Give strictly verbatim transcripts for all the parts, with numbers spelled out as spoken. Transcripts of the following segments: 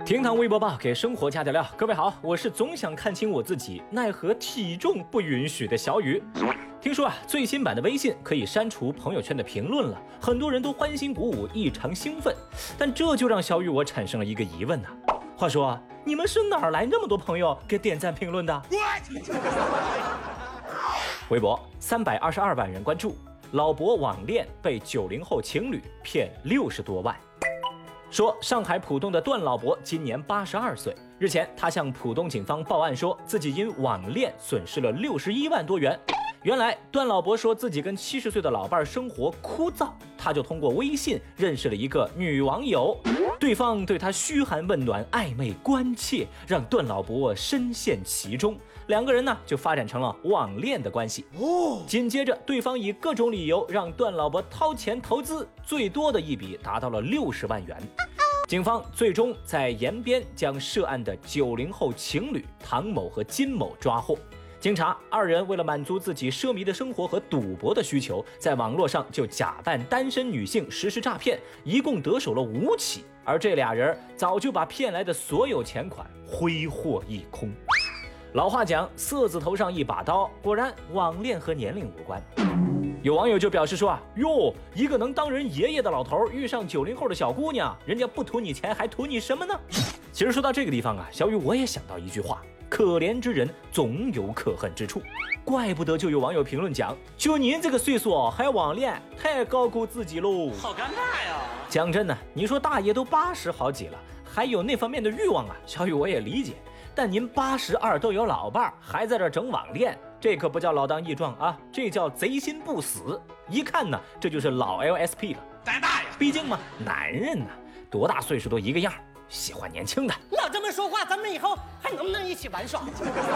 厅堂微博报，给生活加点料。各位好，我是总想看清我自己，奈何体重不允许的小雨。听说啊，最新版的微信可以删除朋友圈的评论了，很多人都欢欣鼓舞，异常兴奋。但这就让小雨我产生了一个疑问呐、啊。话说啊，你们是哪儿来那么多朋友给点赞评论的？微博三百二十二万人关注，老伯网恋被九零后情侣骗六十多万。说上海浦东的段老伯今年八十二岁，日前他向浦东警方报案，说自己因网恋损失了六十一万多元。原来段老伯说自己跟七十岁的老伴生活枯燥，他就通过微信认识了一个女网友，对方对他嘘寒问暖，暧昧关切，让段老伯深陷其中，两个人呢就发展成了网恋的关系。紧接着对方以各种理由让段老伯掏钱投资，最多的一笔达到了六十万元。警方最终在延边将涉案的九零后情侣唐某和金某抓获。经查，二人为了满足自己奢靡的生活和赌博的需求，在网络上就假扮单身女性实施诈骗，一共得手了五起，而这俩人早就把骗来的所有钱款挥霍一空。老话讲，色字头上一把刀，果然网恋和年龄无关。有网友就表示说啊，哟，一个能当人爷爷的老头遇上九零后的小姑娘，人家不图你钱，还图你什么呢？其实说到这个地方啊，小雨我也想到一句话，可怜之人总有可恨之处，怪不得就有网友评论讲，就您这个岁数还网恋，太高估自己喽， 好尴尬呀！ 讲真的，你说大爷都八十好几了，还有那方面的欲望啊，小雨我也理解。但您八十二都有老伴儿，还在这整网恋，这可不叫老当益壮啊，这叫贼心不死。一看呢，这就是老 L S P 了。 咱大爷！ 毕竟嘛，男人呢，多大岁数都一个样，喜欢年轻的。 老这么说话，咱们以后还能不能一起玩耍？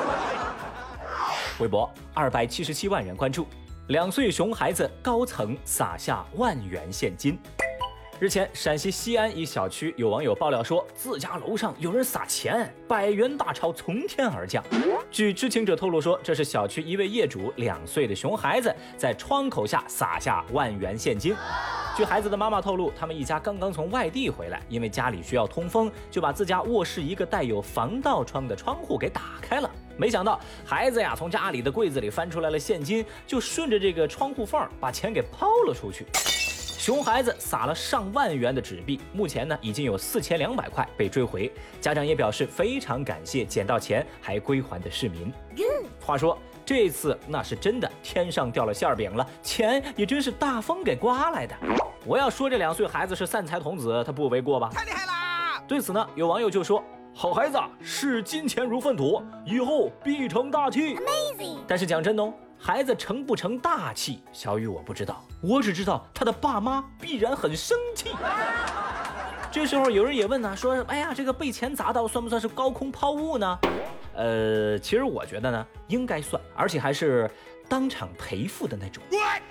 微博二百七十七万人关注，两岁熊孩子高层撒下万元现金。日前，陕西西安一小区有网友爆料说，自家楼上有人撒钱，百元大钞从天而降。据知情者透露说，这是小区一位业主两岁的熊孩子在窗口下撒下万元现金。据孩子的妈妈透露，他们一家刚刚从外地回来，因为家里需要通风，就把自家卧室一个带有防盗窗的窗户给打开了。没想到孩子呀，从家里的柜子里翻出来了现金，就顺着这个窗户缝把钱给抛了出去。熊孩子撒了上万元的纸币，目前呢已经有四千两百块被追回。家长也表示非常感谢捡到钱还归还的市民。话说这次那是真的天上掉了馅饼了，钱也真是大风给刮来的。我要说这两岁孩子是散财童子，他不为过吧？ 太厉害啦！ 对此呢，有网友就说，好孩子视金钱如粪土，以后必成大器。Amazing！ 但是讲真哦，孩子成不成大器，小雨我不知道，我只知道他的爸妈必然很生气。这时候有人也问呢、啊，说，哎呀，这个被钱砸到算不算是高空抛物呢？呃，其实我觉得呢，应该算，而且还是当场赔付的那种。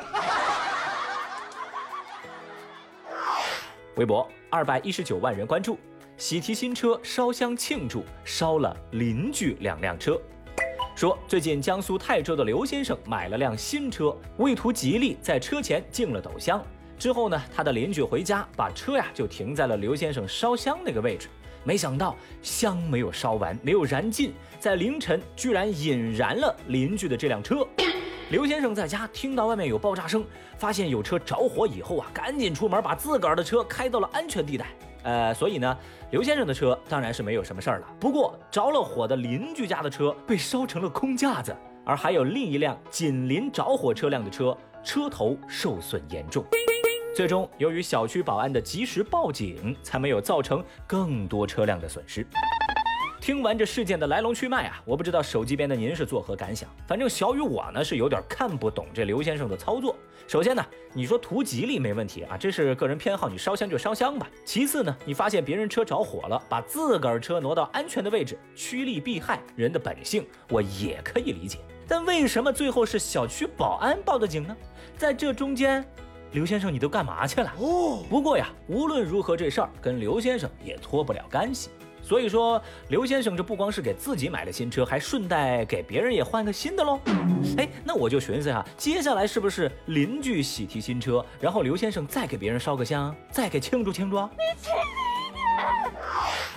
微博二百一十九万人关注，喜提新车烧香庆祝，烧了邻居两辆车。说最近江苏泰州的刘先生买了辆新车，为图吉利，在车前敬了斗香。之后呢，他的邻居回家把车呀就停在了刘先生烧香那个位置，没想到香没有烧完，没有燃尽，在凌晨居然引燃了邻居的这辆车。刘先生在家听到外面有爆炸声，发现有车着火以后啊，赶紧出门把自个儿的车开到了安全地带。呃，所以呢，刘先生的车当然是没有什么事儿了。不过着了火的邻居家的车被烧成了空架子，而还有另一辆紧邻着火车辆的车，车头受损严重。最终，由于小区保安的及时报警，才没有造成更多车辆的损失。听完这事件的来龙去脉啊，我不知道手机边的您是作何感想。反正小雨我呢是有点看不懂这刘先生的操作。首先呢，你说图吉利没问题啊，这是个人偏好，你烧香就烧香吧。其次呢，你发现别人车着火了，把自个儿车挪到安全的位置，趋利避害，人的本性我也可以理解。但为什么最后是小区保安报的警呢？在这中间，刘先生你都干嘛去了？哦，不过呀，无论如何这事儿跟刘先生也脱不了干系。所以说，刘先生这不光是给自己买了新车，还顺带给别人也换个新的喽。哎，那我就寻思哈，接下来是不是邻居喜提新车，然后刘先生再给别人烧个香，再给庆祝庆祝？你去你的！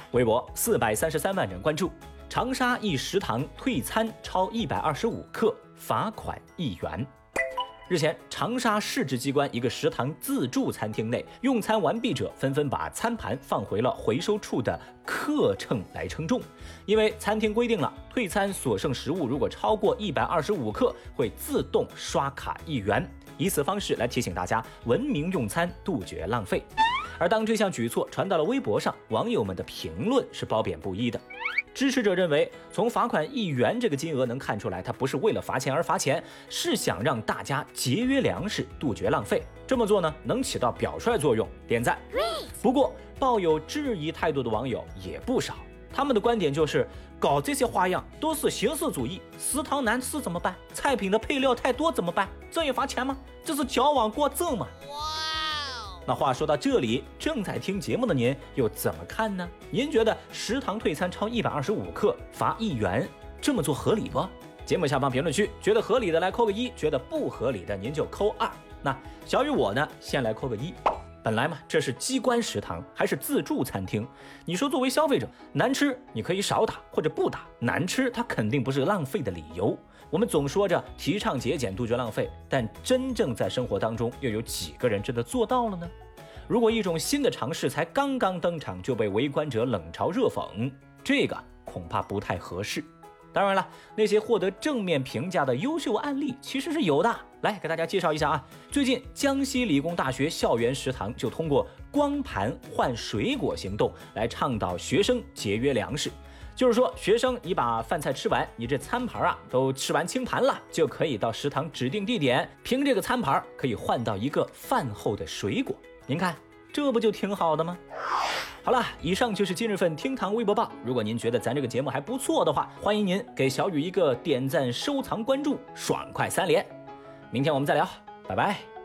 微博四百三十三万人关注。长沙一食堂退餐超一百二十五克，罚款一元。日前，长沙市直机关一个食堂自助餐厅内，用餐完毕者纷纷把餐盘放回了回收处的克秤来称重，因为餐厅规定了，退餐所剩食物如果超过一百二十五克，会自动刷卡一元，以此方式来提醒大家文明用餐，杜绝浪费。而当这项举措传到了微博上，网友们的评论是褒贬不一的。支持者认为，从罚款一元这个金额能看出来，他不是为了罚钱而罚钱，是想让大家节约粮食，杜绝浪费。这么做呢，能起到表率作用，点赞。不过，抱有质疑态度的网友也不少，他们的观点就是，搞这些花样都是形式主义，食堂难吃怎么办？菜品的配料太多怎么办？这也罚钱吗？这是矫枉过正吗？那话说到这里，正在听节目的您又怎么看呢？您觉得食堂退餐超一百二十五克罚一元，这么做合理不？节目下方评论区，觉得合理的来扣个一，觉得不合理的您就扣二。那小雨我呢，先来扣个一。本来嘛，这是机关食堂还是自助餐厅？你说作为消费者，难吃你可以少打或者不打，难吃它肯定不是浪费的理由。我们总说着提倡节俭杜绝浪费，但真正在生活当中又有几个人真的做到了呢？如果一种新的尝试才刚刚登场就被围观者冷嘲热讽，这个恐怕不太合适。当然了，那些获得正面评价的优秀案例其实是有的，来给大家介绍一下啊。最近江西理工大学校园食堂就通过光盘换水果行动来倡导学生节约粮食。就是说，学生你把饭菜吃完，你这餐盘啊都吃完清盘了，就可以到食堂指定地点，凭这个餐盘可以换到一个饭后的水果。您看，这不就挺好的吗？好了，以上就是今日份厅堂微博报。如果您觉得咱这个节目还不错的话，欢迎您给小雨一个点赞、收藏、关注，爽快三连。明天我们再聊，拜拜。